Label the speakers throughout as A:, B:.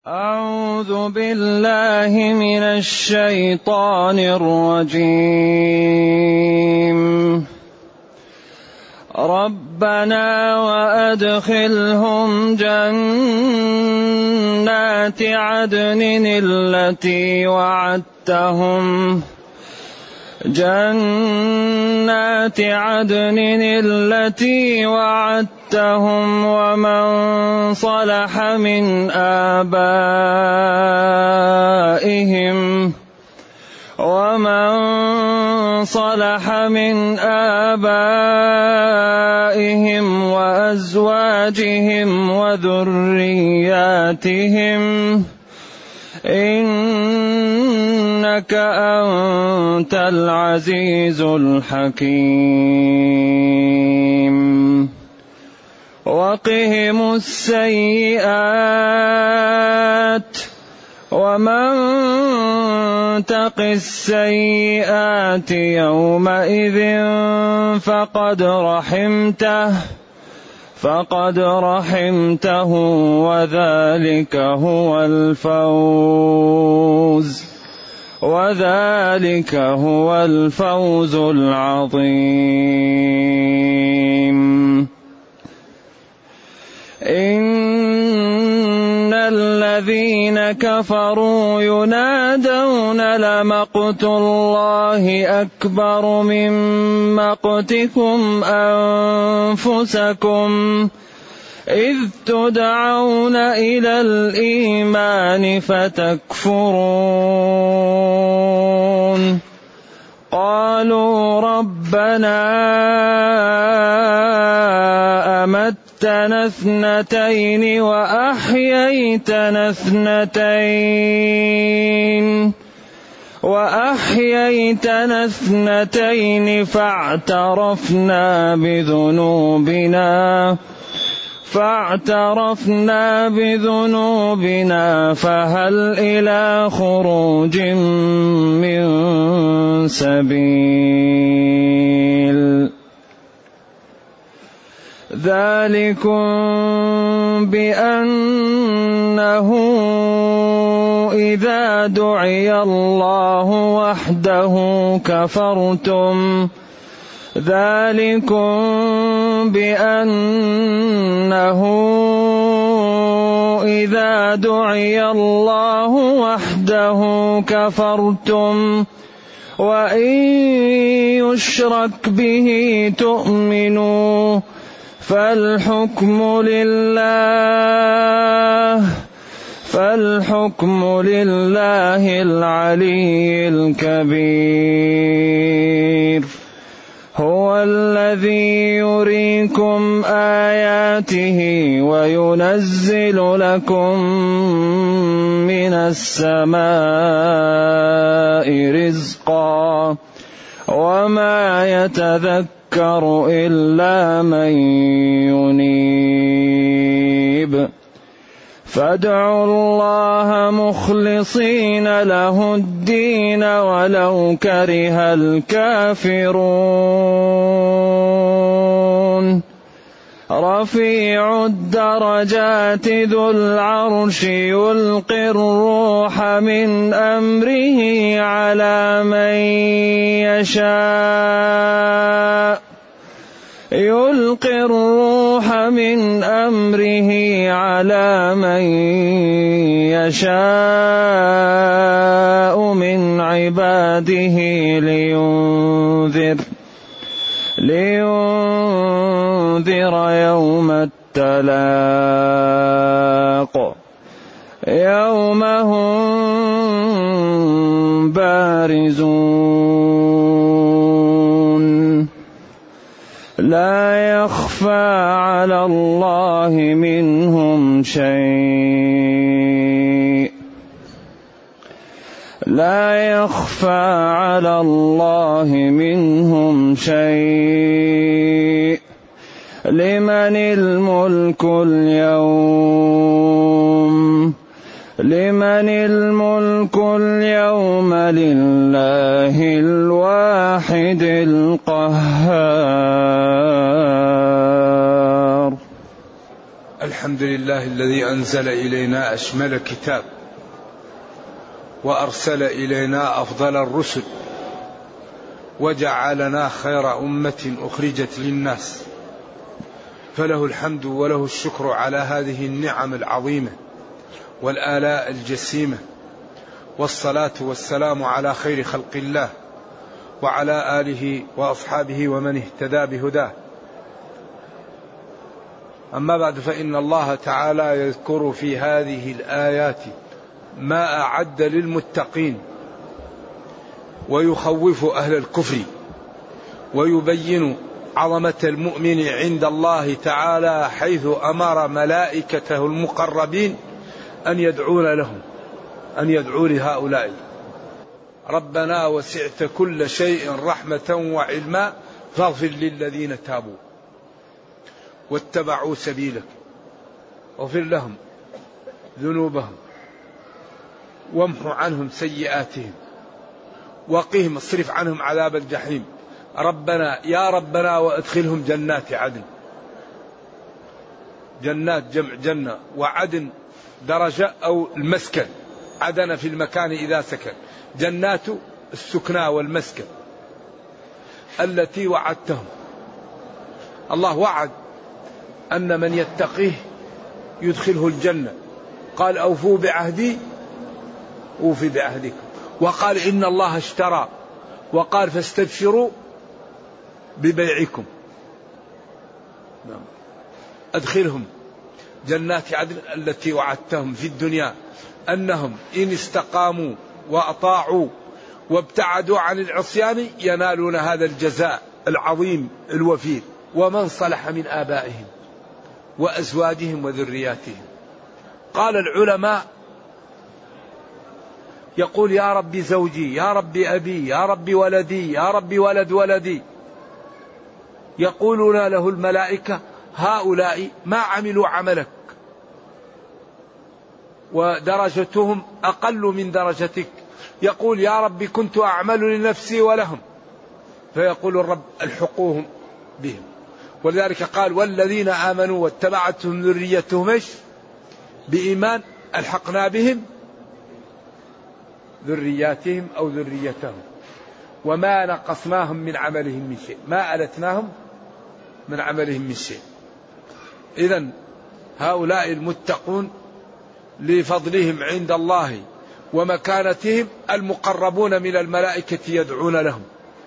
A: أعوذ بالله من الشيطان الرجيم. ربنا وأدخلهم جنات عدن التي وعدتهم ومن صلح من آبائهم وأزواجهم وذرياتهم إنك أنت العزيز الحكيم. وقهم السيئات ومن تق السيئات يومئذ فقد رحمته وذلك هو الفوز العظيم. إن الذين كفروا ينادون لمقت الله أكبر من مقتكم أنفسكم إذ تدعون إلى الإيمان فتكفرون. قالوا ربنا أمتنا اثنتين وأحييتنا اثنتين فاعترفنا بذنوبنا فهل إلى خروج من سبيل. ذلكم بأنه إذا دعي الله وحده كفرتم وإن يشرك به تؤمنوا فالحكم لله العلي الكبير. هو الذي يريكم آياته وينزل لكم من السماء رزقا وما يتذكر إلا من ينيب. فادعوا الله مخلصين له الدين ولو كره الكافرون. رفيع الدرجات ذو العرش يلقي الروح من أمره على من يشاء من عباده لينذر يوم التلاق يوم هم بارزون لا يخفى على الله منهم شيء. لمن الملك اليوم لله الواحد القهار.
B: الحمد لله الذي أنزل إلينا أشمل كتاب وأرسل إلينا أفضل الرسل وجعلنا خير أمة أخرجت للناس، فله الحمد وله الشكر على هذه النعم العظيمة والآلاء الجسيمة، والصلاة والسلام على خير خلق الله وعلى آله وأصحابه ومن اهتدى بهداه. أما بعد، فإن الله تعالى يذكر في هذه الآيات ما أعد للمتقين ويخوف أهل الكفر، ويبين عظمة المؤمن عند الله تعالى، حيث أمر ملائكته المقربين أن يدعون لهم، أن يدعوا لهؤلاء: ربنا وسعت كل شيء رحمة وعلما فاغفر للذين تابوا واتبعوا سبيلك واغفر لهم ذنوبهم وامحو عنهم سيئاتهم وقهم اصرف عنهم عذاب الجحيم. ربنا يا ربنا وادخلهم جنات عدن. جنات جمع جنة، وعدن درجة أو المسكن، عدن في المكان إذا سكن، جنات السكنى والمسكن التي وعدتهم. الله وعد أن من يتقيه يدخله الجنة، قال أوفوا بعهدي أوفي بعهدكم، وقال إن الله اشترى، وقال فاستبشروا ببيعكم. أدخلهم جنات عدن التي وعدتهم في الدنيا أنهم إن استقاموا وأطاعوا وابتعدوا عن العصيان ينالون هذا الجزاء العظيم الوفير. ومن صلح من آبائهم وأزواجهم وذرياتهم. قال العلماء يقول يا ربي زوجي، يا ربي أبي، يا ربي ولدي، يا ربي ولد ولدي، يقولون له الملائكة هؤلاء ما عملوا عملك ودرجتهم أقل من درجتك. يقول يا ربي كنت أعمل لنفسي ولهم، فيقول الرب الحقوهم بهم. ولذلك قال والذين آمنوا واتبعتهم ذريتهم بإيمان ألحقنا بهم ذرياتهم أو ذريتهم وما نقصناهم من عملهم من شيء، ما ألتناهم من عملهم من شيء. إذن هؤلاء المتقون لفضلهم عند الله ومكانتهم المقربون من الملائكة يدعون لهم.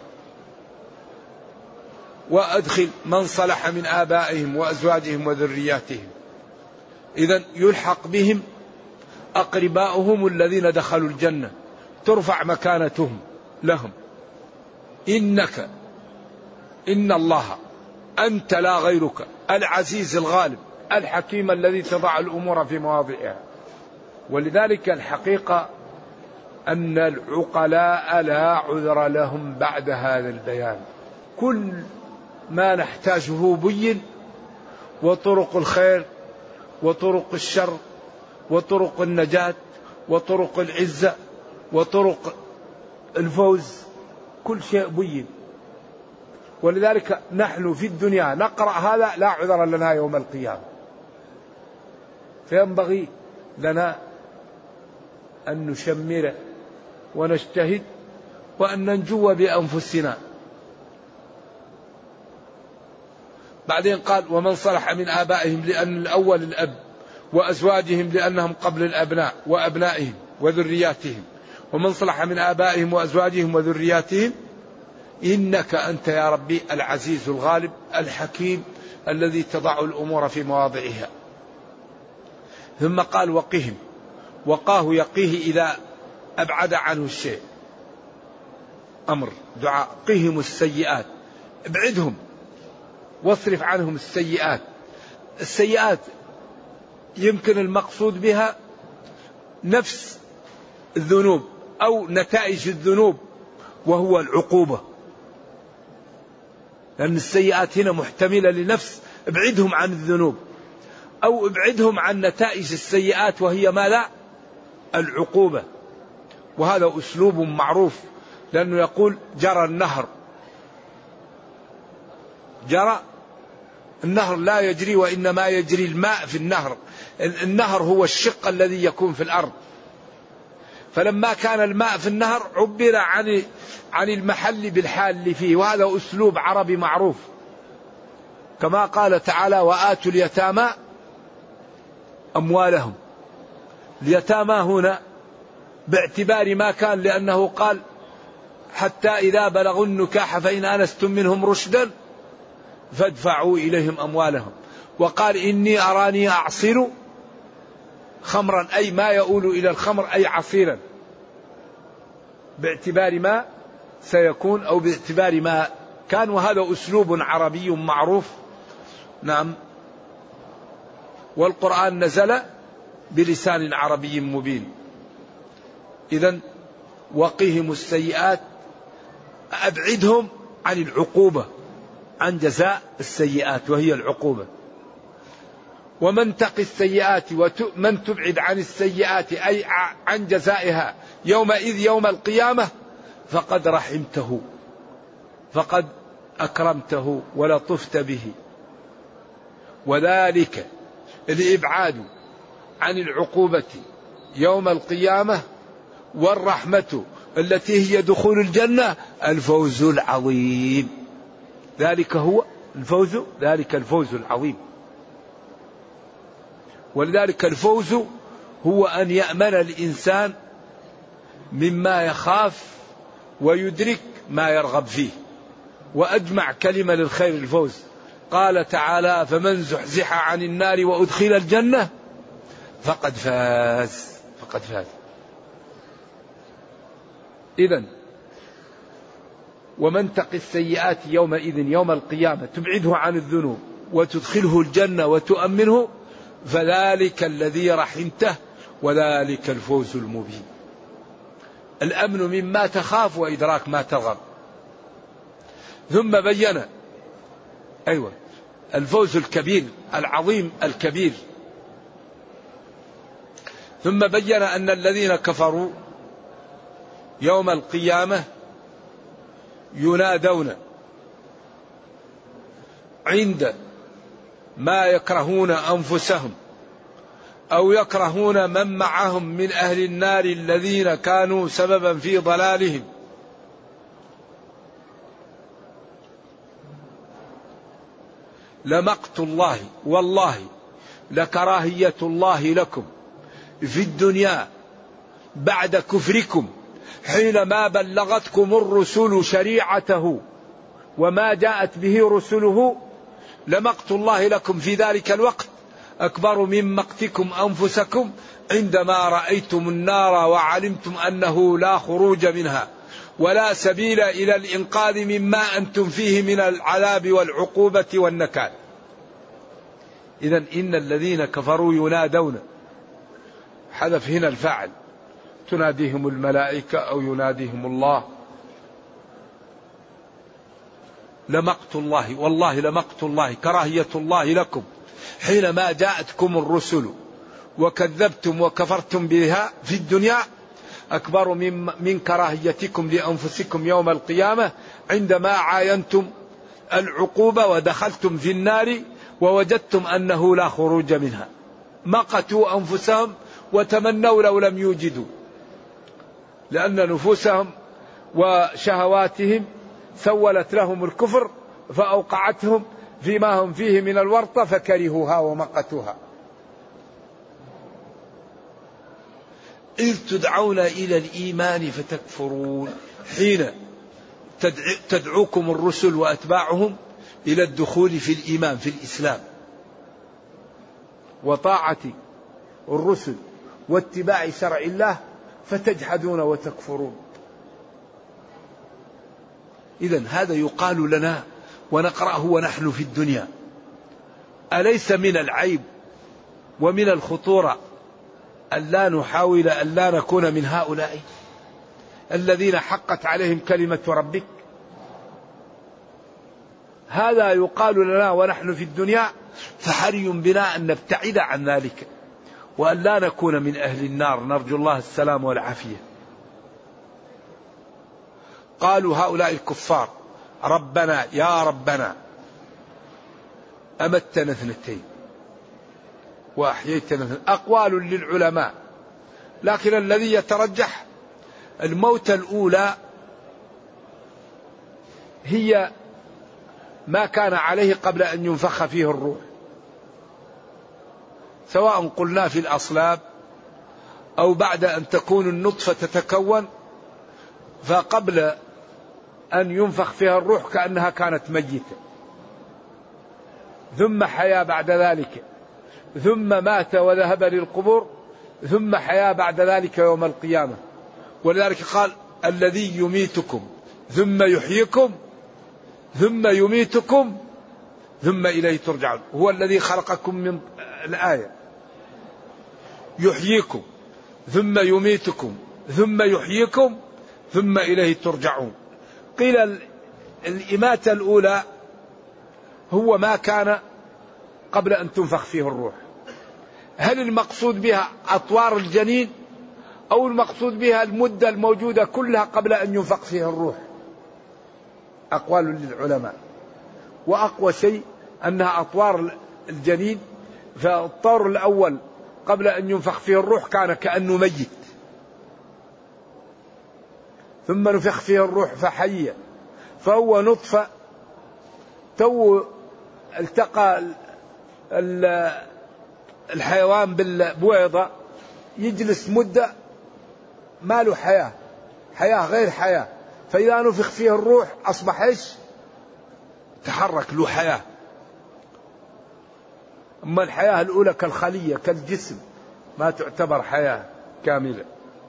B: وأدخل من صلح من آبائهم وأزواجهم وذرياتهم. إذن يلحق بهم أقرباؤهم الذين دخلوا الجنة، ترفع مكانتهم لهم. إنك إن الله أنت لا غيرك العزيز الغالب الحكيم الذي تضع الأمور في مواضعها. ولذلك الحقيقة أن العقلاء لا عذر لهم بعد هذا البيان. كل ما نحتاجه بين، وطرق الخير وطرق الشر وطرق النجاة وطرق العزة وطرق الفوز، كل شيء بين. ولذلك نحن في الدنيا نقرأ هذا لا عذر لنا يوم القيامة. فينبغي لنا أن نشمر ونجتهد وأن ننجو بأنفسنا. بعدين قال ومن صلح من آبائهم، لأن الأول الأب، وأزواجهم لأنهم قبل الأبناء وأبنائهم وذرياتهم، ومن صلح من آبائهم وأزواجهم وذرياتهم إنك أنت يا ربي العزيز الغالب الحكيم الذي تضع الأمور في مواضعها. ثم قال وقهم، وقاه يقيه إذا أبعد عنه الشيء، أمر دعاء. قهم السيئات، ابعدهم واصرف عنهم السيئات. السيئات يمكن المقصود بها نفس الذنوب أو نتائج الذنوب، وهو العقوبة، لأن السيئات هنا محتملة لنفس، ابعدهم عن الذنوب، أو ابعدهم عن نتائج السيئات وهي ما لا العقوبة. وهذا أسلوب معروف، لأنه يقول جرى النهر، جرى النهر لا يجري وإنما يجري الماء في النهر. النهر هو الشق الذي يكون في الأرض. فلما كان الماء في النهر عبر عن المحل بالحال اللي فيه، وهذا أسلوب عربي معروف. كما قال تعالى وآتوا اليتامى أموالهم. اليتامى هنا باعتبار ما كان، لأنه قال حتى إذا بلغوا النكاح فإن آنستم منهم رشدا فادفعوا إليهم أموالهم. وقال إني أراني أعصر خمرا، أي ما يؤول إلى الخمر، أي عصيرا، باعتبار ما سيكون أو باعتبار ما كان. وهذا أسلوب عربي معروف. نعم. والقرآن نزل بلسان عربي مبين. إذن وقهم السيئات، أبعدهم عن العقوبة، عن جزاء السيئات وهي العقوبة. ومن تق السيئات، ومن تبعد عن السيئات أي عن جزائها يومئذ يوم القيامة فقد رحمته، فقد أكرمته ولطفت به. وذلك الإبعاد عن العقوبة يوم القيامة والرحمة التي هي دخول الجنة الفوز العظيم. ذلك هو الفوز، ذلك الفوز العظيم. ولذلك الفوز هو أن يأمن الإنسان مما يخاف ويدرك ما يرغب فيه. وأجمع كلمة للخير الفوز. قال تعالى فمن زحزح عن النار وأدخل الجنة فقد فاز، فقد فاز. إذن ومن تق السيئات يومئذ يوم القيامة، تبعده عن الذنوب وتدخله الجنة وتؤمنه، فذلك الذي رحمته وذلك الفوز المبين. الأمن مما تخاف وإدراك ما ترغب. ثم بين الفوز الكبير العظيم الكبير. ثم بين أن الذين كفروا يوم القيامة ينادون عند ما يكرهون أنفسهم أو يكرهون من معهم من أهل النار الذين كانوا سببا في ضلالهم. لمقت الله والله لكراهية الله لكم في الدنيا بعد كفركم حينما بلغتكم الرسل شريعته وما جاءت به رسله. لمقت الله لكم في ذلك الوقت أكبر من مقتكم أنفسكم عندما رأيتم النار وعلمتم أنه لا خروج منها ولا سبيل إلى الإنقاذ مما أنتم فيه من العذاب والعقوبة والنكال. إذن إن الذين كفروا ينادون، حذف هنا الفاعل، تناديهم الملائكة أو يناديهم الله. لمقت الله والله لمقت الله كراهية الله لكم حينما جاءتكم الرسل وكذبتم وكفرتم بها في الدنيا أكبر من كراهيتكم لأنفسكم يوم القيامة عندما عاينتم العقوبة ودخلتم في النار ووجدتم أنه لا خروج منها. مقتوا أنفسهم وتمنوا لو لم يوجدوا، لأن نفوسهم وشهواتهم سولت لهم الكفر فأوقعتهم فيما هم فيه من الورطة فكرهوها ومقتوها. إذ تدعون إلى الإيمان فتكفرون، حين تدعوكم الرسل وأتباعهم إلى الدخول في الإيمان في الإسلام وطاعة الرسل واتباع شرع الله فتجحدون وتكفرون. إذن هذا يقال لنا ونقرأه ونحن في الدنيا. أليس من العيب ومن الخطورة ألا نحاول ألا نكون من هؤلاء الذين حقت عليهم كلمة ربك؟ هذا يقال لنا ونحن في الدنيا، فحري بنا أن نبتعد عن ذلك وأن لا نكون من أهل النار، نرجو الله السلام والعافية. قالوا هؤلاء الكفار ربنا يا ربنا أمتنا اثنتين وأحييتنا اثنتين، أقوال للعلماء، لكن الذي يترجح الموتى الأولى هي ما كان عليه قبل أن ينفخ فيه الروح، سواء قلنا في الأصلاب أو بعد أن تكون النطفة تتكون، فقبل أن ينفخ فيها الروح كأنها كانت ميتة، ثم حيا بعد ذلك، ثم مات وذهب للقبور، ثم حيا بعد ذلك يوم القيامة. ولذلك قال الذي يميتكم ثم يحييكم ثم يميتكم ثم إليه ترجعون. هو الذي خلقكم من الآية يحييكم ثم يميتكم ثم يحييكم ثم إليه ترجعون. قيل الإماتة الأولى هو ما كان قبل أن تنفخ فيه الروح. هل المقصود بها أطوار الجنين أو المقصود بها المدة الموجودة كلها قبل أن ينفخ فيها الروح؟ أقوال للعلماء، وأقوى شيء أنها أطوار الجنين. فالطور الأول قبل أن ينفخ فيه الروح كان كأنه ميت، ثم نفخ فيه الروح فحي، فهو نطفة تو التقى الحيوان بالبويضة، يجلس مدة ما له حياة، حياة غير حياة، فإذا نفخ فيه الروح أصبح إيش؟ تحرك، له حياة. أما الحياة الأولى كالخلية كالجسم ما تعتبر حياة كاملة.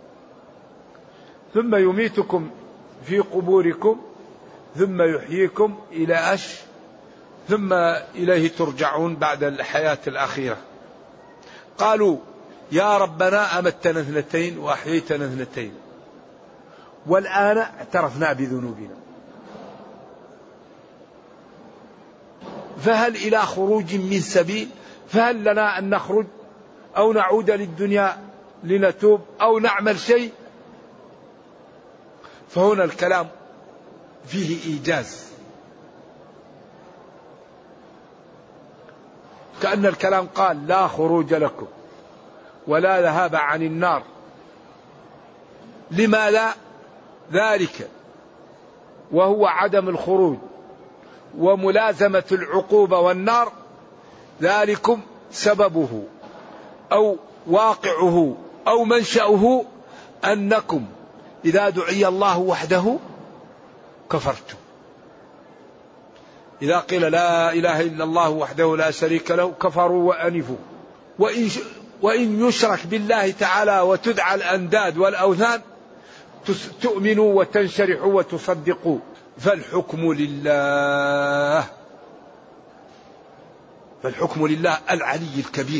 B: ثم يميتكم في قبوركم ثم يحييكم إلى أش ثم إليه ترجعون بعد الحياة الأخيرة. قالوا يا ربنا أمتنا اثنتين وأحييتنا اثنتين، والآن اعترفنا بذنوبنا، فهل إلى خروج من سبيل؟ فهل لنا أن نخرج أو نعود للدنيا لنتوب أو نعمل شيء؟ فهنا الكلام فيه إيجاز، كأن الكلام قال لا خروج لكم ولا ذهاب عن النار. لماذا ذلك؟ وهو عدم الخروج وملازمة العقوبة والنار، ذلكم سببه أو واقعه أو منشأه أنكم إذا دعي الله وحده كفرتم. إذا قيل لا إله إلا الله وحده لا شريك له كفروا وأنفوا. وإن يشرك بالله تعالى وتدعى الأنداد والأوثان تؤمنوا وتنشرحوا وتصدقوا. فالحكم لله، فالحكم لله العلي الكبير،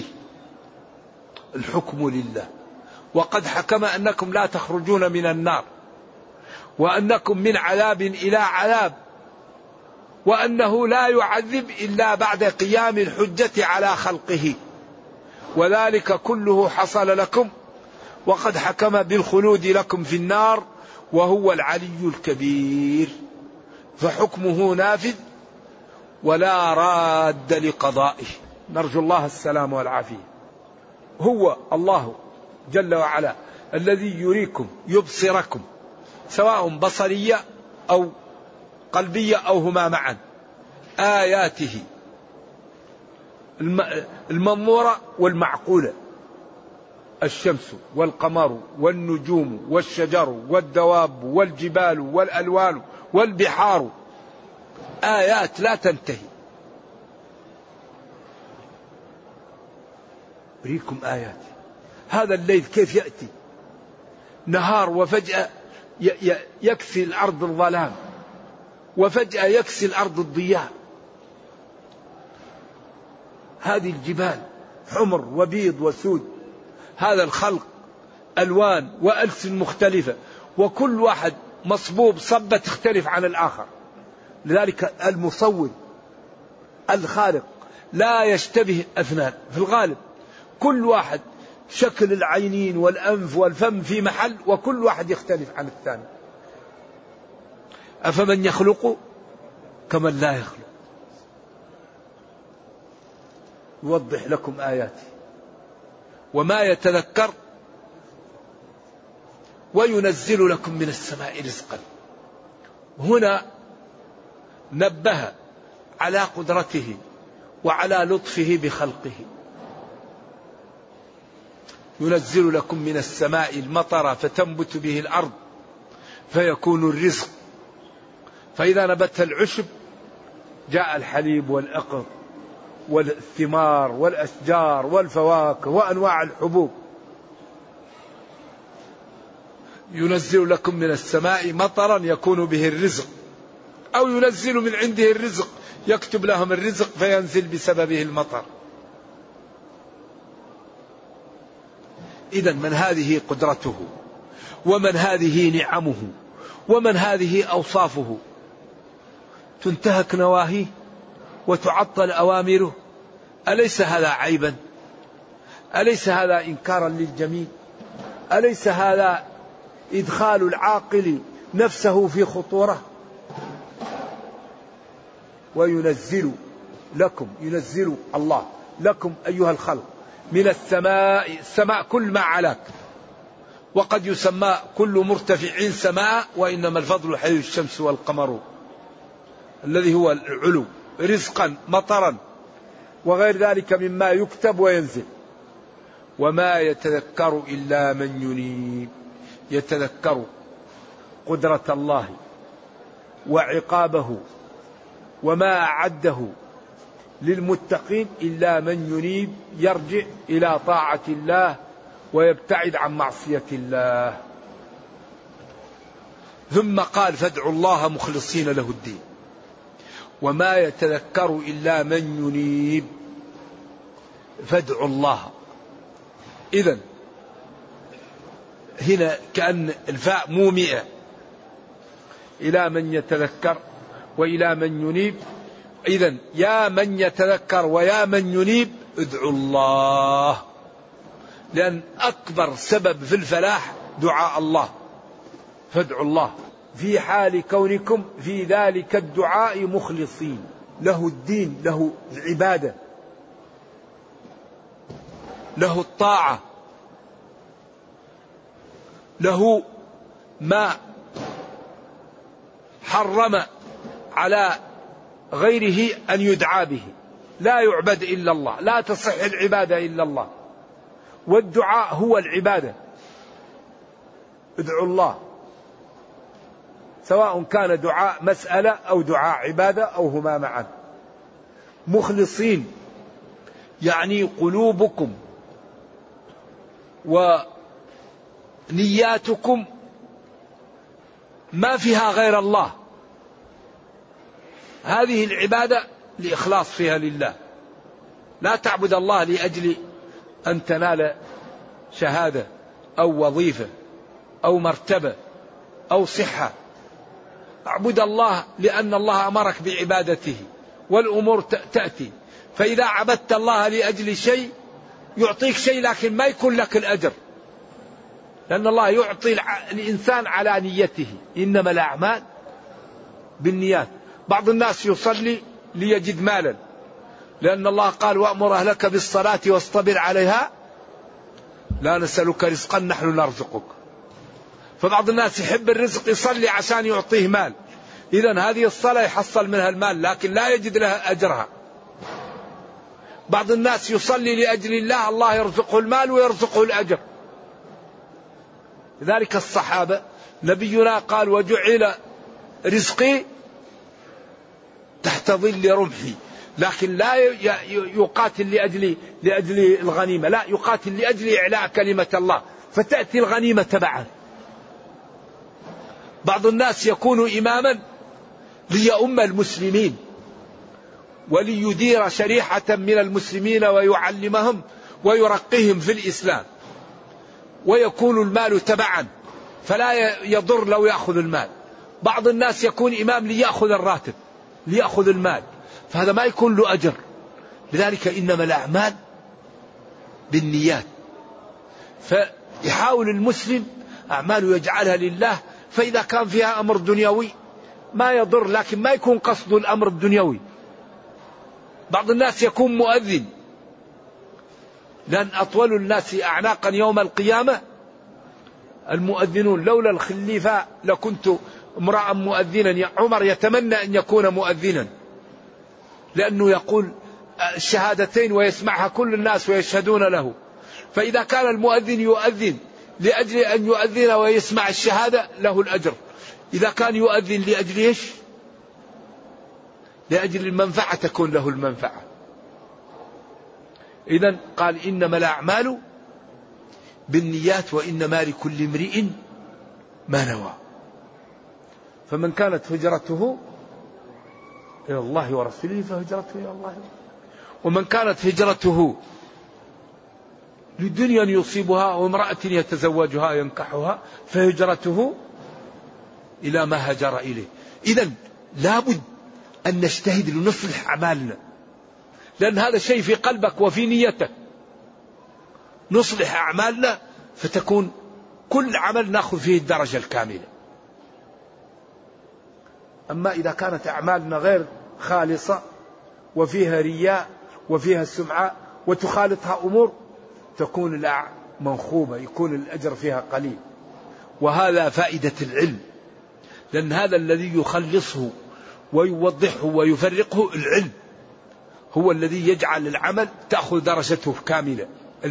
B: الحكم لله. وقد حكم أنكم لا تخرجون من النار، وأنكم من عذاب إلى عذاب، وأنه لا يعذب إلا بعد قيام الحجة على خلقه، وذلك كله حصل لكم، وقد حكم بالخلود لكم في النار وهو العلي الكبير، فحكمه نافذ ولا راد لقضائه. نرجو الله السلام والعافية. هو الله جل وعلا الذي يريكم يبصركم، سواء بصرية أو قلبية أو هما معا، آياته المنظورة والمعقولة، الشمس والقمر والنجوم والشجر والدواب والجبال والألوان والبحار، آيات لا تنتهي. أريكم آياتي. هذا الليل كيف يأتي نهار وفجأة يكسي الأرض الظلام، وفجأة يكسي الأرض الضياء. هذه الجبال حمر وبيض وسود، هذا الخلق ألوان وألسن مختلفة، وكل واحد مصبوب صبة تختلف عن الآخر. لذلك المصور الخالق لا يشتبه أثنان في الغالب، كل واحد شكل العينين والأنف والفم في محل، وكل واحد يختلف عن الثاني. أفمن يخلق كمن لا يخلق. يوضح لكم آياته. وما يتذكر وينزل لكم من السماء رزقا. هنا نبه على قدرته وعلى لطفه بخلقه. ينزل لكم من السماء المطر فتنبت به الأرض فيكون الرزق. فإذا نبت العشب جاء الحليب والأقط والثمار والأشجار والفواكه وأنواع الحبوب. ينزل لكم من السماء مطرا يكون به الرزق، أو ينزل من عنده الرزق، يكتب لهم الرزق فينزل بسببه المطر. إذن من هذه قدرته، ومن هذه نعمه، ومن هذه أوصافه. تنتهك نواهيه وتعطل أوامره. أليس هذا عيبا؟ أليس هذا إنكارا للجميل؟ أليس هذا إدخال العاقل نفسه في خطورة؟ وينزل لكم، ينزل الله لكم أيها الخلق من السماء. السماء كل ما علاك، وقد يسمى كل مرتفع سماء، وإنما الفضل حي الشمس والقمر الذي هو العلو. رزقا مطرا وغير ذلك مما يكتب وينزل. وما يتذكر إلا من ينيب. يتذكر قدرة الله وعقابه وما أعده للمتقين إلا من ينيب، يرجع إلى طاعة الله ويبتعد عن معصية الله. ثم قال فادعوا الله مخلصين له الدين. وما يتذكر إلا من ينيب. فادعوا الله. إذن هنا كأن الفاء مومئة إلى من يتذكر وإلى من ينيب. إذن يا من يتذكر ويا من ينيب ادعوا الله، لأن أكبر سبب في الفلاح دعاء الله. فادعوا الله في حال كونكم في ذلك الدعاء مخلصين له الدين، له العبادة، له الطاعة، له ما حرم على غيره أن يدعى به. لا يعبد إلا الله، لا تصح العبادة إلا الله، والدعاء هو العبادة. ادعوا الله، سواء كان دعاء مسألة أو دعاء عبادة أو هما معا. مخلصين يعني قلوبكم ونياتكم ما فيها غير الله. هذه العبادة لإخلاص فيها لله. لا تعبد الله لأجل أن تنال شهادة أو وظيفة أو مرتبة أو صحة. اعبد الله لأن الله أمرك بعبادته، والأمور تأتي. فإذا عبدت الله لأجل شيء يعطيك شيء، لكن ما يكون لك الأجر، لأن الله يعطي الإنسان على نيته. إنما الأعمال بالنيات. بعض الناس يصلي ليجد مالا، لأن الله قال وأمر أهلك بالصلاة واصطبر عليها لا نسألك رزقا نحن نرزقك. فبعض الناس يحب الرزق يصلي عشان يعطيه مال. إذن هذه الصلاة يحصل منها المال لكن لا يجد لها أجرها. بعض الناس يصلي لأجل الله، الله يرزقه المال ويرزقه الأجر. لذلك الصحابة نبينا قال وجعل رزقي تحت ظل رمحي. لكن لا يقاتل لأجل الغنيمة، لا، يقاتل لأجل إعلاء كلمة الله، فتأتي الغنيمة تبعا. بعض الناس يكون إماما ليؤم المسلمين وليدير شريحة من المسلمين ويعلمهم ويرقيهم في الإسلام، ويكون المال تبعا فلا يضر لو يأخذ المال. بعض الناس يكون إمام ليأخذ الراتب، ليأخذ المال، فهذا ما يكون له أجر. لذلك إنما الأعمال بالنيات. فيحاول المسلم أعماله يجعلها لله، فإذا كان فيها أمر دنيوي ما يضر، لكن ما يكون قصد الأمر الدنيوي. بعض الناس يكون مؤذن لأن أطول الناس أعناقا يوم القيامة المؤذنون. لولا الخليفة لكنت امرأ مؤذنا. عمر يتمنى أن يكون مؤذنا لأنه يقول الشهادتين ويسمعها كل الناس ويشهدون له. فإذا كان المؤذن يؤذن لأجل أن يؤذن ويسمع الشهادة له الأجر. إذا كان يؤذن لأجل إيش؟ لأجل المنفعة تكون له المنفعة. إذن قال إنما الأعمال بالنيات وإنما لكل امرئ ما نوى. فمن كانت هجرته إلى الله ورسوله فهجرته إلى الله، ومن كانت هجرته لدنيا يصيبها وامرأة يتزوجها ينكحها فهجرته إلى ما هجر إليه. إذن لابد أن نجتهد لنصلح أعمالنا، لأن هذا شيء في قلبك وفي نيتك. نصلح أعمالنا فتكون كل عمل نأخذ فيه الدرجة الكاملة. أما إذا كانت أعمالنا غير خالصة وفيها رياء وفيها السمعة وتخالطها أمور تكون منخوبة، يكون الأجر فيها قليل. وهذا فائدة العلم، لأن هذا الذي يخلصه ويوضحه ويفرقه العلم، هو الذي يجعل العمل تأخذ درجته كاملة.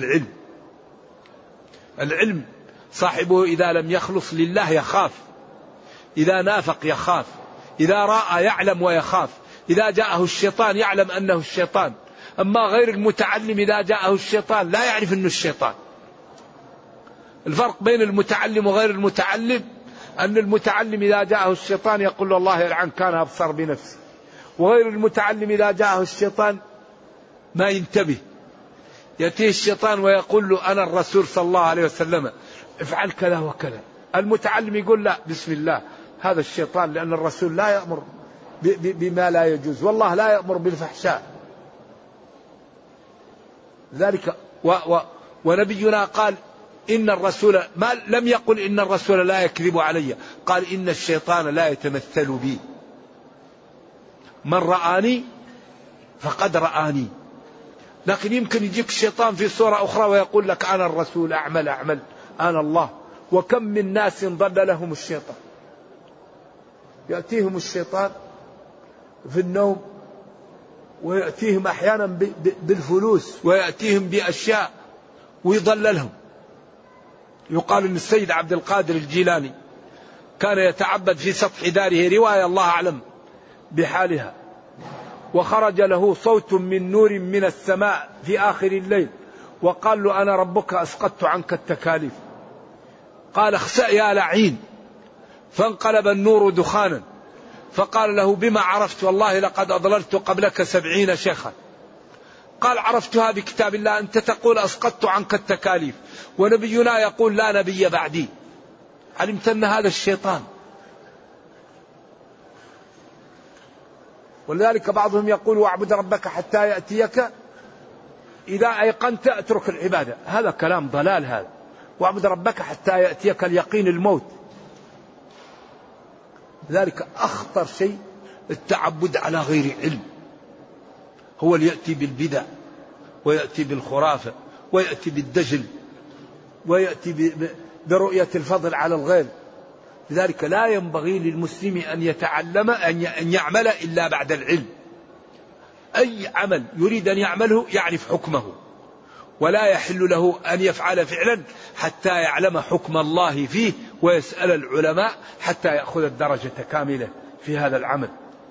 B: العلم صاحبه إذا لم يخلص لله يخاف، إذا نافق يخاف، إذا رأى يعلم ويخاف، إذا جاءه الشيطان يعلم أنه الشيطان. أما غير المتعلم إذا جاءه الشيطان لا يعرف أنه الشيطان. الفرق بين المتعلم وغير المتعلم أن المتعلم إذا جاءه الشيطان يقول له الله يلعن كان أبصر بنفسه، وغير المتعلم إذا جاءه الشيطان ما ينتبه، يأتيه الشيطان ويقول له أنا الرسول صلى الله عليه وسلم افعل كذا وكذا. المتعلم يقول لا بسم الله هذا الشيطان، لأن الرسول لا يأمر بما لا يجوز، والله لا يأمر بالفحشاء. ذلك ونبينا قال إن الرسول ما لم يقل إن الرسول لا يكذب علي، قال إن الشيطان لا يتمثل بي، من رآني فقد رآني. لكن يمكن يجيك الشيطان في صورة أخرى ويقول لك أنا الرسول أعمل أنا الله. وكم من ناس ضل لهم الشيطان، يأتيهم الشيطان في النوم، ويأتيهم أحيانا بالفلوس، ويأتيهم بأشياء ويضللهم. يقال أن السيد عبد القادر الجيلاني كان يتعبد في سطح داره، رواية الله أعلم بحالها، وخرج له صوت من نور من السماء في آخر الليل وقال له أنا ربك أسقطت عنك التكاليف. قال اخسأ يا لعين، فانقلب النور دخانا. فقال له بما عرفت؟ والله لقد أضللت قبلك 70 شيخا. قال عرفتها بكتاب الله، أنت تقول أسقطت عنك التكاليف، ونبينا يقول لا نبي بعدي. علمت أن هذا الشيطان. ولذلك بعضهم يقول واعبد ربك حتى يأتيك، إذا أيقنت اترك العبادة. هذا كلام ضلال هذا. واعبد ربك حتى يأتيك اليقين الموت. لذلك أخطر شيء التعبد على غير علم، هو اللي يأتي بالبدع ويأتي بالخرافة ويأتي بالدجل ويأتي برؤية الفضل على الغير. لذلك لا ينبغي للمسلم أن يتعلم أن يعمل إلا بعد العلم. أي عمل يريد أن يعمله يعرف حكمه، ولا يحل له أن يفعل فعلا حتى يعلم حكم الله فيه ويسأل العلماء حتى يأخذ الدرجة كاملة في هذا العمل.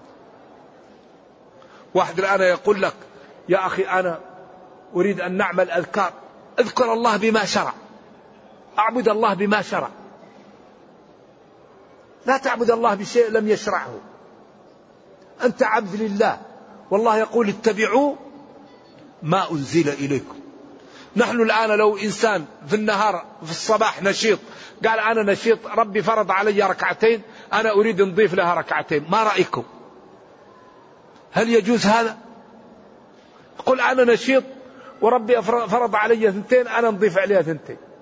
B: واحد الآن يقول لك يا أخي أنا أريد أن نعمل أذكار، اذكر الله بما شرع، أعبد الله بما شرع. لا تعبد الله بشيء لم يشرعه. أنت عبد لله، والله يقول اتبعوا ما أنزل إليكم. نحن الآن لو إنسان في النهار في الصباح نشيط قال أنا نشيط ربي فرض علي ركعتين أنا أريد نضيف لها ركعتين، ما رأيكم؟ هل يجوز هذا؟ قل أنا نشيط وربي فرض علي 2 أنا نضيف عليها 2،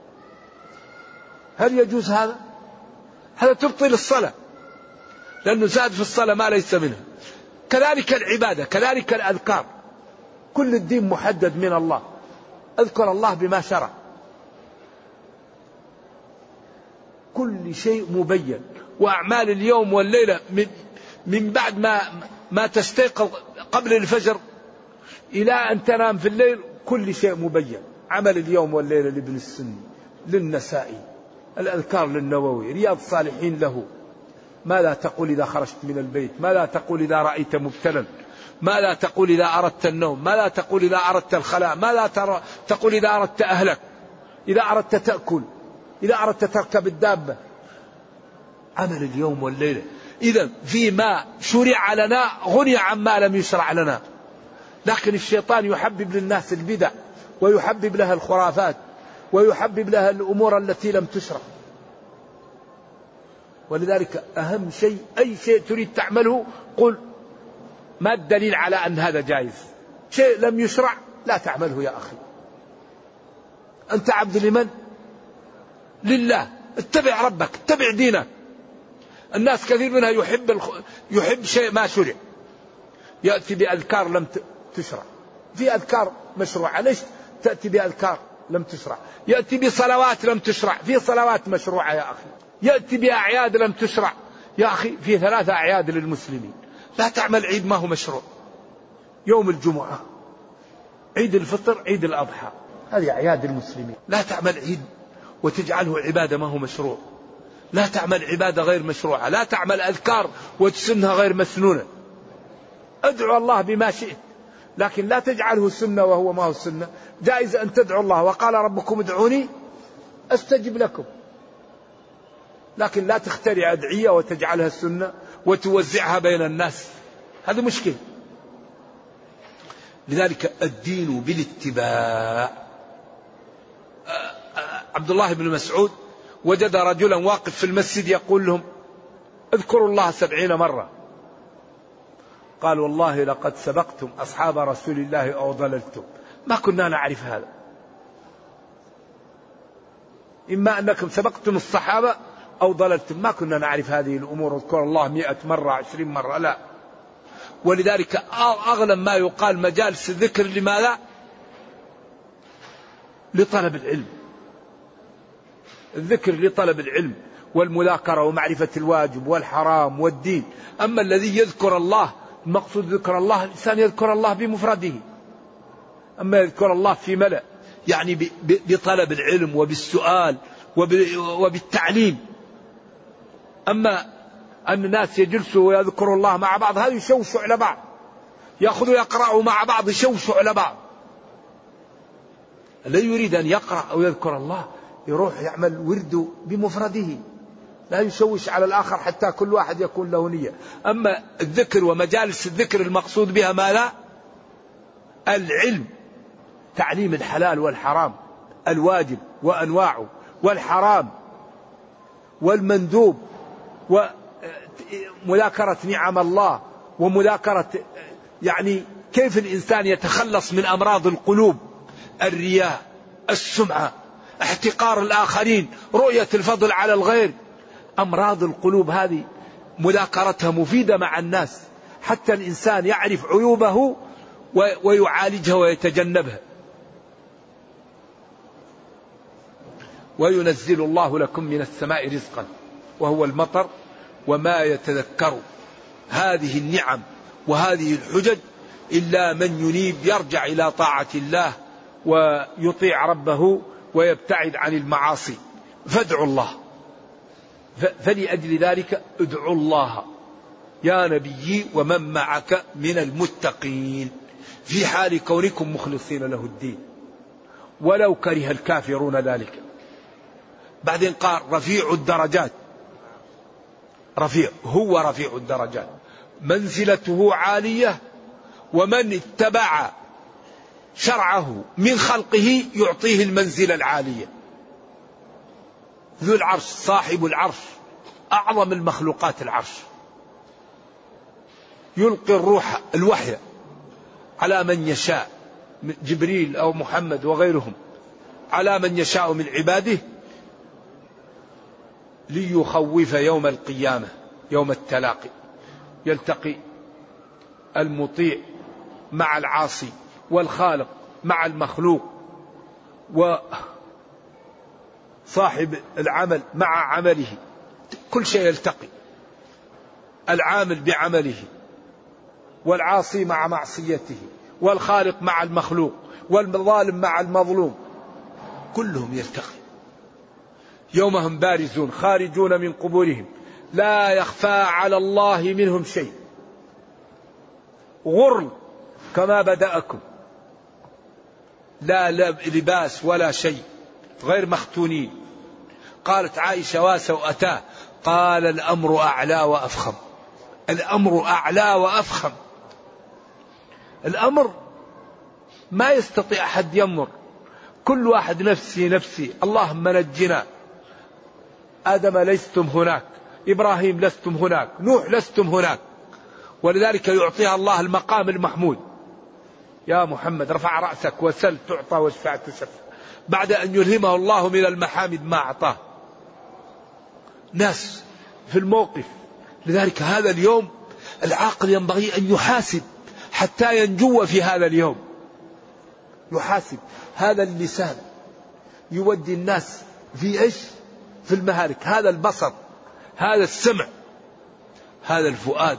B: هل يجوز هذا؟ هذا تبطل الصلاة، لأنه زاد في الصلاة ما ليس منها. كذلك العبادة، كذلك الأذكار، كل الدين محدد من الله. اذكر الله بما شرع. كل شيء مبين. وأعمال اليوم والليلة من بعد ما تستيقظ قبل الفجر إلى أن تنام في الليل كل شيء مبين. عمل اليوم والليلة لابن السني، للنسائي، الأذكار للنووي، رياض الصالحين له. ماذا تقول إذا خرجت من البيت؟ ماذا تقول إذا رأيت مبتلا؟ ماذا تقول إذا أردت النوم؟ ماذا تقول إذا أردت الخلاء؟ ماذا تقول إذا أردت أهلك؟ إذا أردت تأكل؟ إذا أردت تركب الدابة؟ عمل اليوم والليلة. إذا فيما شرع لنا غني عما لم يشرع لنا. لكن الشيطان يحبب للناس البدع، ويحبب لها الخرافات، ويحبب لها الأمور التي لم تشرع. ولذلك أهم شيء، أي شيء تريد تعمله قل ما الدليل على أن هذا جائز. شيء لم يشرع لا تعمله يا أخي. أنت عبد لمن؟ لله. اتبع ربك، اتبع دينك. الناس كثير منها يحب شيء ما شرع، يأتي بأذكار لم تشرع. في أذكار مشروعة، ليش تأتي بأذكار لم تشرع؟ يأتي بصلوات لم تشرع، في صلوات مشروعة يا أخي. يأتي بأعياد لم تشرع يا أخي، في 3 أعياد للمسلمين. لا تعمل عيد ما هو مشروع. يوم الجمعة، عيد الفطر، عيد الأضحى، هذه أعياد المسلمين. لا تعمل عيد وتجعله عبادة ما هو مشروع. لا تعمل عبادة غير مشروعة. لا تعمل أذكار وتسنها غير مسنونة. ادعو الله بما شئت، لكن لا تجعله سنة وهو ما هو سنة. جائز أن تدعو الله، وقال ربكم ادعوني أستجب لكم، لكن لا تخترع أدعية وتجعلها السنة وتوزعها بين الناس، هذا مشكل. لذلك الدين بالاتباع. عبد الله بن مسعود وجد رجلا واقف في المسجد يقول لهم اذكروا الله 70 مرة. قال والله لقد سبقتم أصحاب رسول الله أو ضللتم، ما كنا نعرف هذا. إما أنكم سبقتم الصحابة أو ضللتم، ما كنا نعرف هذه الأمور. اذكروا الله 100 مرة 20 مرة، لا. ولذلك أغلب ما يقال مجالس الذكر لماذا؟ لطلب العلم. الذكر لطلب العلم والمذاكرة ومعرفة الواجب والحرام والدين. أما الذي يذكر الله، المقصود ذكر الله الإنسان يذكر الله بمفرده. أما يذكر الله في ملأ، يعني بطلب العلم وبالسؤال وبالتعليم. أما أن الناس يجلسوا ويذكروا الله مع بعض، هذا يشوشوا على بعض، يأخذوا يقرأوا مع بعض يشوشوا على بعض. الذي يريد أن يقرأ أو يذكر الله يروح يعمل ورده بمفرده، لا يشوش على الآخر حتى كل واحد يكون له نية. أما الذكر ومجالس الذكر المقصود بها ما لا؟ العلم، تعليم الحلال والحرام، الواجب وأنواعه، والحرام والمندوب، ومذاكرة نعم الله، ومذاكرة يعني كيف الإنسان يتخلص من أمراض القلوب، الرياء، السمعة، احتقار الآخرين، رؤية الفضل على الغير. أمراض القلوب هذه مذاكرتها مفيدة مع الناس، حتى الإنسان يعرف عيوبه ويعالجها ويتجنبها. وينزل الله لكم من السماء رزقا وهو المطر وما يتذكر هذه النعم وهذه الحجج إلا من ينيب، يرجع إلى طاعة الله ويطيع ربه ويبتعد عن المعاصي. فادعوا الله. فلأجل ذلك ادعوا الله يا نبي ومن معك من المتقين في حال كونكم مخلصين له الدين ولو كره الكافرون ذلك. بعدين قال رفيع الدرجات، رفيع هو رفيع الدرجات، منزلته عالية، ومن اتبع شرعه من خلقه يعطيه المنزلة العالية. ذو العرش، صاحب العرش، أعظم المخلوقات العرش، يلقي الروح الوحي على من يشاء، جبريل أو محمد وغيرهم، على من يشاء من عباده ليخوف يوم القيامة، يوم التلاقي، يلتقي المطيع مع العاصي والخالق مع المخلوق وصاحب العمل مع عمله، كل شيء يلتقي، العامل بعمله، والعاصي مع معصيته، والخالق مع المخلوق، والظالم مع المظلوم، كلهم يلتقي. يوم هم بارزون خارجون من قبورهم لا يخفى على الله منهم شيء، غر كما بدأكم، لا لباس ولا شيء، غير مختونين. قالت عائشة واسوأتاه، قال الأمر أعلى وأفخم. الأمر أعلى وأفخم. الأمر ما يستطيع أحد يمر، كل واحد نفسي نفسي، اللهم نجنا. آدم لستم هناك، إبراهيم لستم هناك، نوح لستم هناك، ولذلك يعطيها الله المقام المحمود. يا محمد رفع رأسك وسل تعطى واشفع تشفع، بعد أن يلهمه الله من المحامد ما أعطاه. ناس في الموقف. لذلك هذا اليوم العاقل ينبغي أن يحاسب حتى ينجو في هذا اليوم. يحاسب. هذا اللسان يودي الناس في إيش؟ في المهالك. هذا البصر، هذا السمع، هذا الفؤاد.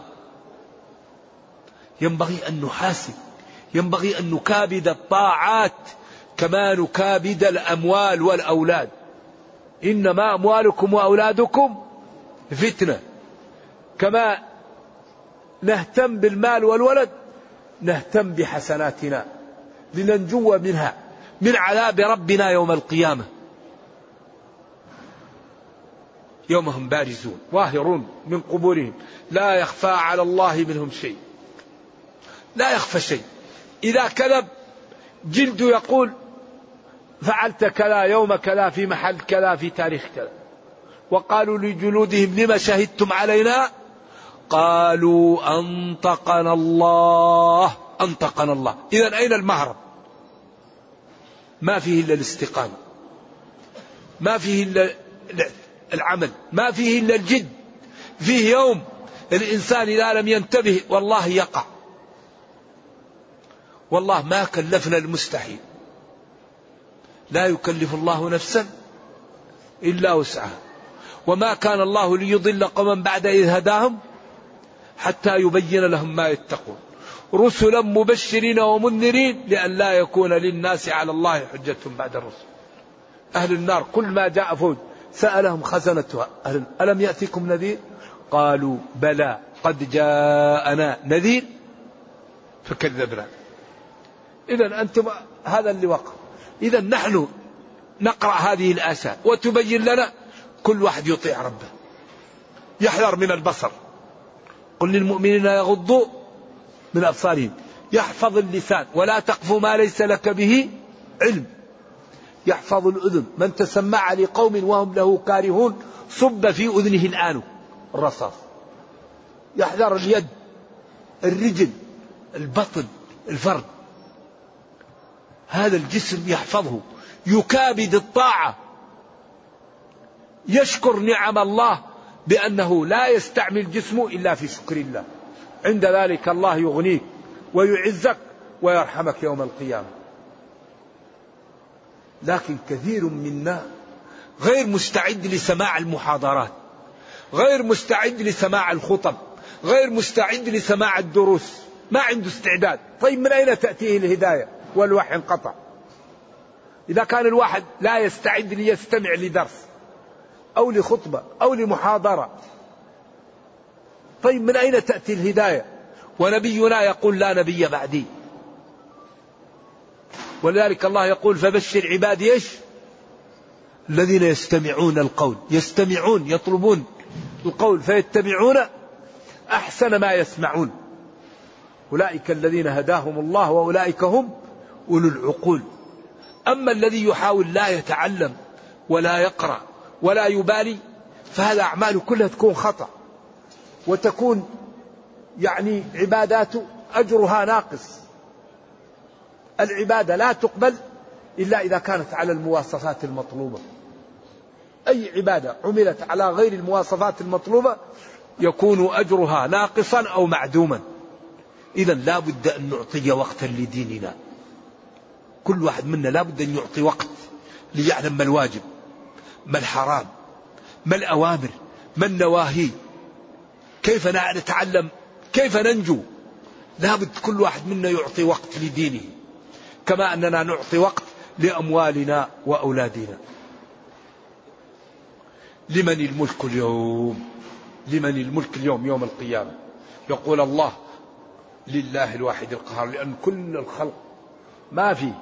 B: ينبغي أن نحاسب، ينبغي أن نكابد الطاعات كما نكابد الأموال والأولاد. إنما أموالكم وأولادكم فتنة. كما نهتم بالمال والولد نهتم بحسناتنا لننجو منها من عذاب ربنا يوم القيامة. يوم هم بارزون ظاهرون من قبورهم لا يخفى على الله منهم شيء. لا يخفى شيء. إذا كذب جلده يقول فعلت كذا يوم كذا في محل كذا في تاريخ كذا. وقالوا لجلودهم لما شهدتم علينا؟ قالوا أنطقنا الله. أنطقنا الله. إذن أين المهرب؟ ما فيه إلا الاستقامة، ما فيه إلا العمل، ما فيه إلا الجد. فيه يوم الإنسان إذا لم ينتبه والله يقع. والله ما كلفنا المستحيل. لا يكلف الله نفسا إلا وسعها. وما كان الله ليضل قوما بعد إذ هداهم حتى يبين لهم ما يتقون. رسلا مبشرين ومنذرين لئلا يكون للناس على الله حجة بعد الرسل. أهل النار كل ما جاء فوج سألهم خزنتها ألم يأتكم نذير؟ قالوا بلى قد جاءنا نذير فكذبنا. إذن أنتم هذا اللي وقع. إذن نحن نقرأ هذه الآيات وتبين لنا كل واحد يطيع ربه، يحذر من البصر. قل للمؤمنين يغضوا من أبصارهم، يحفظ اللسان ولا تقف ما ليس لك به علم، يحفظ الأذن من تسمع لقوم وهم له كارهون صب في أذنه الآن الرصاص. يحذر اليد، الرجل، البطن، الفرد. هذا الجسم يحفظه، يكابد الطاعة، يشكر نعم الله بأنه لا يستعمل جسمه إلا في شكر الله. عند ذلك الله يغنيك ويعزك ويرحمك يوم القيامة. لكن كثير منا غير مستعد لسماع المحاضرات، غير مستعد لسماع الخطب، غير مستعد لسماع الدروس، ما عنده استعداد. طيب من أين تأتيه الهداية والوحي انقطع؟ إذا كان الواحد لا يستعد ليستمع لدرس أو لخطبة أو لمحاضرة، طيب من أين تأتي الهداية؟ ونبينا يقول لا نبي بعدي. ولذلك الله يقول فبشر عبادي إيش؟ الذين يستمعون القول، يستمعون يطلبون القول فيتبعون أحسن ما يسمعون. أولئك الذين هداهم الله وأولئك هم أولو العقول. أما الذي يحاول لا يتعلم ولا يقرأ ولا يبالي فهذا أعماله كلها تكون خطأ، وتكون يعني عباداته أجرها ناقص. العبادة لا تقبل إلا إذا كانت على المواصفات المطلوبة. أي عبادة عملت على غير المواصفات المطلوبة يكون أجرها ناقصا أو معدوما. إذن لا بد أن نعطي وقتا لديننا. كل واحد منا لا بد أن يعطي وقت ليعلم ما الواجب، ما الحرام، ما الأوامر، ما النواهي، كيف نتعلم، كيف ننجو. لابد كل واحد منا يعطي وقت لدينه، كما أننا نعطي وقت لأموالنا وأولادنا. لمن الملك اليوم؟ لمن الملك اليوم يوم القيامة؟ يقول الله لله الواحد القهار، لأن كل الخلق ما فيه.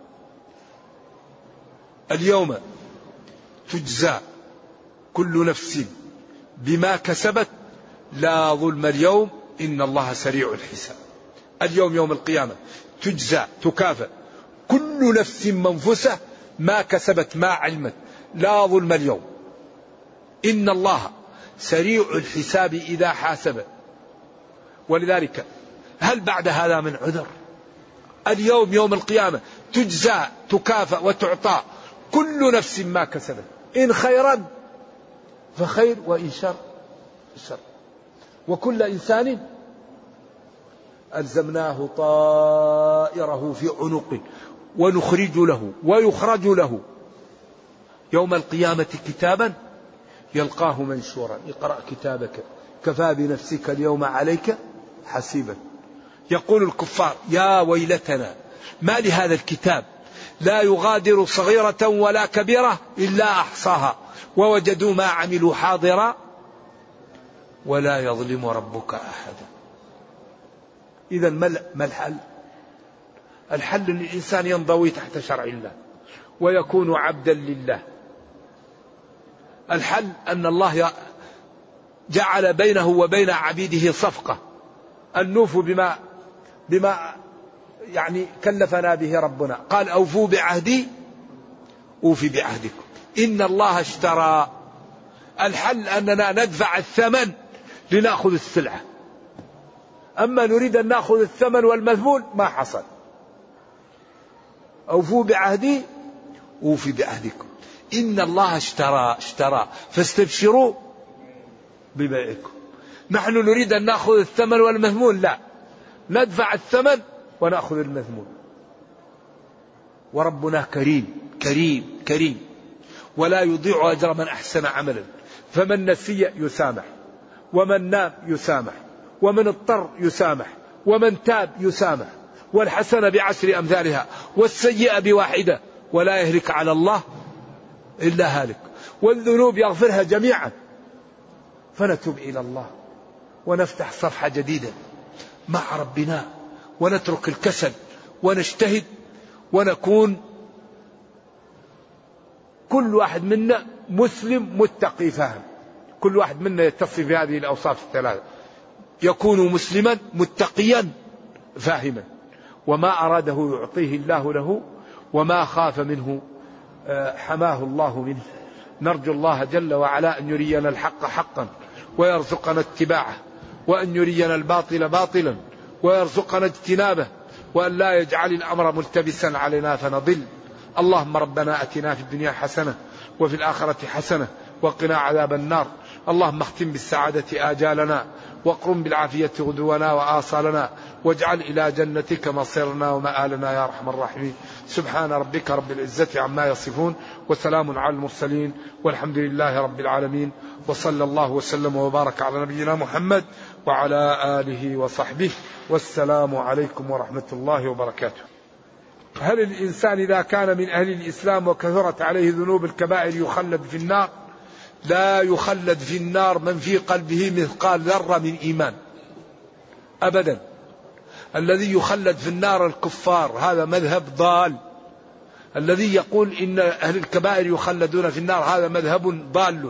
B: اليوم تجزى كل نفس بما كسبت لا ظلم اليوم إن الله سريع الحساب. اليوم يوم القيامة تجزى تكافئ كل نفس منفسة ما كسبت ما علمت، لا ظلم اليوم إن الله سريع الحساب إذا حاسب. ولذلك هل بعد هذا من عذر؟ اليوم يوم القيامة تجزى تكافئ وتعطى كل نفس ما كسبت، إن خيرا فخير وإن شر شر. وكل إنسان ألزمناه طائره في عنقه ونخرج له ويخرج له يوم القيامة كتابا يلقاه منشورا اقرأ كتابك كفى بنفسك اليوم عليك حسيبا. يقول الكفار يا ويلتنا ما لهذا الكتاب لا يغادر صغيرة ولا كبيرة إلا أحصاها ووجدوا ما عملوا حاضرا ولا يظلم ربك أحدا. إذا ما الحل؟ الحل أن الإنسان ينضوي تحت شرع الله ويكون عبدا لله. الحل أن الله جعل بينه وبين عبيده صفقة، أن نوفوا بما يعني كلفنا به ربنا. قال أوفوا بعهدي أوفي بعهدكم إن الله اشترى. الحل أننا ندفع الثمن لنأخذ السلعة، أما نريد أن نأخذ الثمن والمثمون ما حصل. أوفوا بعهدي أوفي بعهدكم إن الله اشترى فاستبشروا ببيعكم. نحن نريد أن نأخذ الثمن والمثمون، لا، ندفع الثمن ونأخذ المثمون. وربنا كريم كريم كريم ولا يضيع أجر من أحسن عملا. فمن نسي يسامح، ومن نام يسامح، ومن اضطر يسامح، ومن تاب يسامح. والحسنة بعشر أمثالها والسيئة بواحدة ولا يهلك على الله إلا هالك. والذنوب يغفرها جميعا. فنتوب إلى الله ونفتح صفحة جديدة مع ربنا ونترك الكسل ونجتهد ونكون كل واحد منا مسلم متقي فاهم. كل واحد منا يتصف بهذه الأوصاف الثلاثة، يكون مسلما متقيا فاهما، وما أراده يعطيه الله له، وما خاف منه حماه الله منه. نرجو الله جل وعلا أن يرينا الحق حقا ويرزقنا اتباعه، وأن يرينا الباطل باطلا ويرزقنا اجتنابه، وأن لا يجعل الأمر ملتبسا علينا فنضل. اللهم ربنا أتنا في الدنيا حسنة وفي الآخرة حسنة وقنا عذاب النار. اللهم اختم بالسعادة آجالنا واقرم بالعافية غدونا وآصالنا، واجعل إلى جنتك مصيرنا ومآلنا يا أرحم الراحمين. سبحان ربك رب العزة عما يصفون وسلام على المرسلين والحمد لله رب العالمين. وصلى الله وسلم وبارك على نبينا محمد وعلى آله وصحبه، والسلام عليكم ورحمة الله وبركاته. هل الإنسان إذا كان من أهل الإسلام وكثرت عليه ذنوب الكبائر يخلد في النار؟ لا يخلد في النار من في قلبه مثقال ذرة من إيمان أبدا. الذي يخلد في النار الكفار، هذا مذهب ضال. الذي يقول إن أهل الكبائر يخلدون في النار هذا مذهب ضال.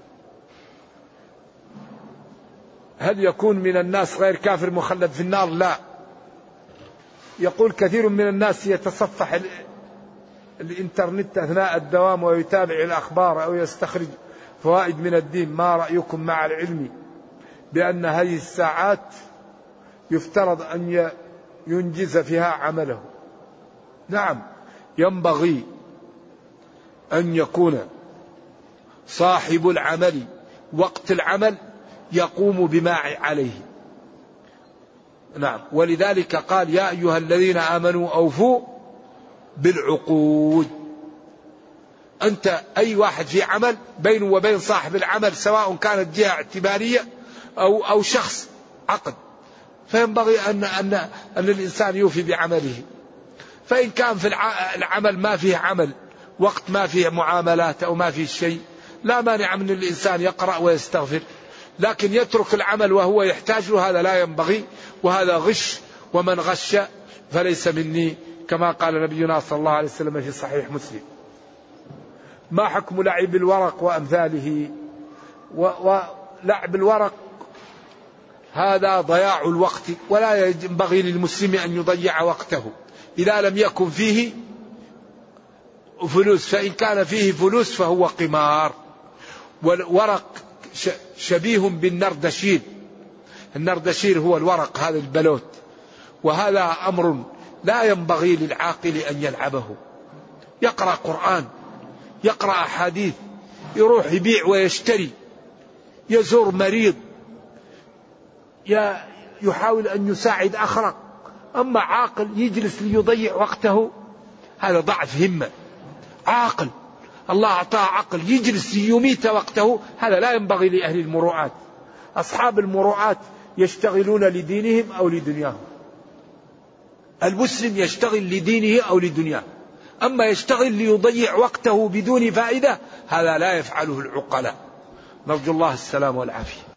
B: هل يكون من الناس غير كافر مخلد في النار؟ لا. يقول كثير من الناس يتصفح الإنترنت أثناء الدوام ويتابع الأخبار أو يستخرج فوائد من الدين. ما رأيكم مع العلم بأن هذه الساعات يفترض أن ينجز فيها عمله؟ نعم، ينبغي أن يكون صاحب العمل وقت العمل يقوم بما عليه. نعم، ولذلك قال يا أيها الذين آمنوا أوفوا بالعقود. أنت أي واحد في عمل بينه وبين صاحب العمل سواء كانت جهة اعتبارية أو شخص عقد، فينبغي أن الإنسان يوفي بعمله. فإن كان في العمل ما فيه عمل، وقت ما فيه معاملات أو ما فيه شيء، لا مانع من الإنسان يقرأ ويستغفر، لكن يترك العمل وهو يحتاج له هذا لا ينبغي، وهذا غش، ومن غش فليس مني، كما قال نبينا صلى الله عليه وسلم في صحيح مسلم. ما حكم لعب الورق وأمثاله؟ ولعب الورق هذا ضياع الوقت، ولا ينبغي للمسلم أن يضيع وقته إذا لم يكن فيه فلوس، فإن كان فيه فلوس فهو قمار. والورق شبيه بالنردشير، النردشير هو الورق هذا البلوت، وهذا أمر لا ينبغي للعاقل أن يلعبه. يقرأ قرآن، يقرأ أحاديث، يروح يبيع ويشتري، يزور مريض، يحاول أن يساعد آخر. أما عاقل يجلس ليضيع وقته هذا ضعف همة. عاقل الله أعطاه عقل يجلس ليميت وقته، هذا لا ينبغي لأهل المروءات. أصحاب المروءات يشتغلون لدينهم أو لدنياهم. المسلم يشتغل لدينه أو لدنياه، أما يشتغل ليضيع وقته بدون فائدة هذا لا يفعله العقلاء. نرجو الله السلام والعافية.